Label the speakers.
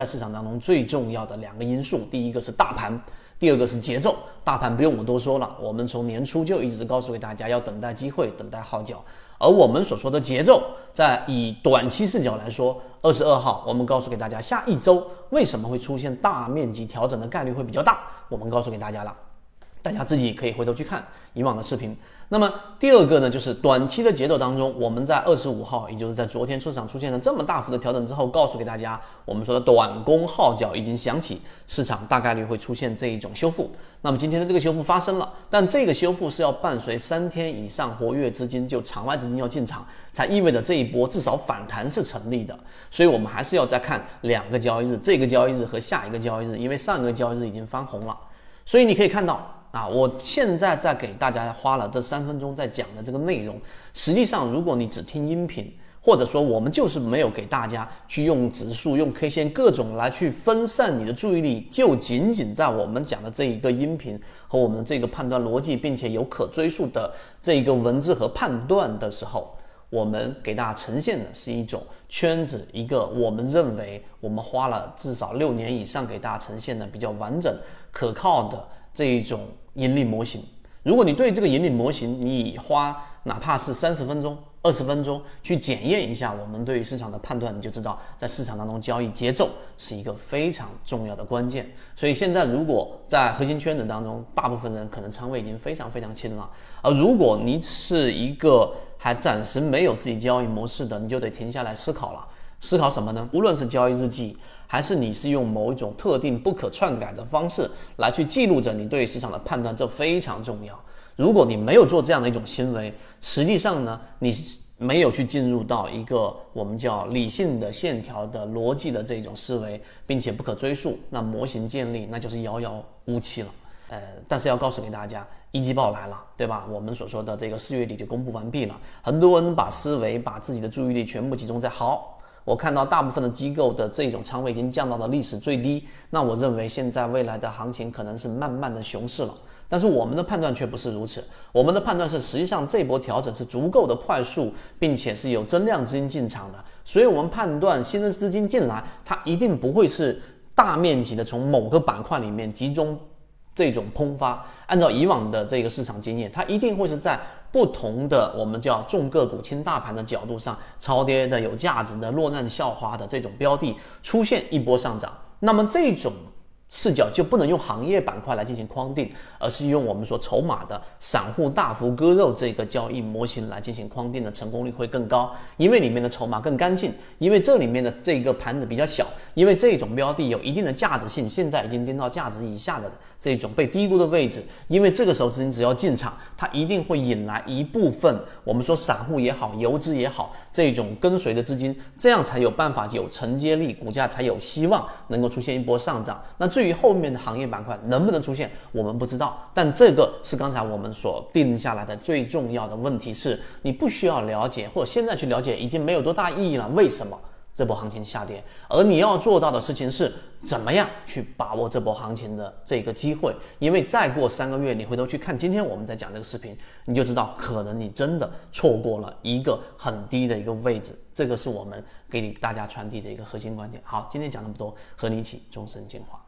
Speaker 1: 在市场当中最重要的2个因素，第一个是大盘，第二个是节奏。大盘不用我多说了，我们从年初就一直告诉给大家要等待机会，等待号角。而我们所说的节奏，在以短期视角来说，22号我们告诉给大家，下一周为什么会出现大面积调整的概率会比较大，我们告诉给大家了。大家自己可以回头去看以往的视频。那么第二个呢，就是短期的节奏当中，我们在25号，也就是在昨天市场出现了这么大幅的调整之后，告诉给大家，我们说的短攻号角已经响起，市场大概率会出现这一种修复。那么今天的这个修复发生了，但这个修复是要伴随3天以上活跃资金，就场外资金要进场，才意味着这一波至少反弹是成立的。所以我们还是要再看2个交易日，这个交易日和下一个交易日，因为上一个交易日已经翻红了。所以你可以看到我现在在给大家花了这3分钟在讲的这个内容，实际上如果你只听音频，或者说我们就是没有给大家去用指数、用 K 线各种来去分散你的注意力，就仅仅在我们讲的这一个音频和我们的这个判断逻辑，并且有可追溯的这一个文字和判断的时候，我们给大家呈现的是一种圈子，一个我们认为我们花了至少6年以上给大家呈现的比较完整可靠的这一种盈利模型。如果你对这个盈利模型，你花哪怕是30分钟、20分钟去检验一下我们对于市场的判断，你就知道在市场当中交易节奏是一个非常重要的关键。所以现在如果在核心圈子当中，大部分人可能仓位已经非常非常轻了，而如果你是一个还暂时没有自己交易模式的，你就得停下来思考了。思考什么呢？无论是交易日记，还是你是用某一种特定不可篡改的方式来去记录着你对市场的判断，这非常重要。如果你没有做这样的一种行为，实际上呢，你没有去进入到一个我们叫理性的线条的逻辑的这种思维，并且不可追溯，那模型建立那就是遥遥无期了。但是要告诉给大家，一季报来了，对吧？我们所说的这个4月底就公布完毕了，很多人把思维、把自己的注意力全部集中在我看到大部分的机构的这种仓位已经降到了历史最低，那我认为现在未来的行情可能是慢慢的熊市了。但是我们的判断却不是如此，我们的判断是实际上这波调整是足够的快速，并且是有增量资金进场的，所以我们判断新的资金进来，它一定不会是大面积的从某个板块里面集中这种喷发。按照以往的这个市场经验，它一定会是在不同的我们叫重个股轻大盘的角度上，超跌的、有价值的、落难校花的这种标的出现一波上涨。那么这种视角就不能用行业板块来进行框定，而是用我们说筹码的散户大幅割肉这个交易模型来进行框定的成功率会更高，因为里面的筹码更干净，因为这里面的这个盘子比较小，因为这种标的有一定的价值性，现在已经跌到价值以下的这种被低估的位置，因为这个时候资金只要进场，它一定会引来一部分我们说散户也好、游资也好这种跟随的资金，这样才有办法有承接力，股价才有希望能够出现一波上涨。那至于后面的行业板块能不能出现，我们不知道，但这个是刚才我们所定下来的最重要的问题是，你不需要了解，或者现在去了解已经没有多大意义了。为什么这波行情下跌？而你要做到的事情是怎么样去把握这波行情的这个机会，因为再过3个月，你回头去看今天我们在讲这个视频，你就知道可能你真的错过了一个很低的一个位置。这个是我们给大家传递的一个核心观点。好，今天讲那么多，和你一起终身进化。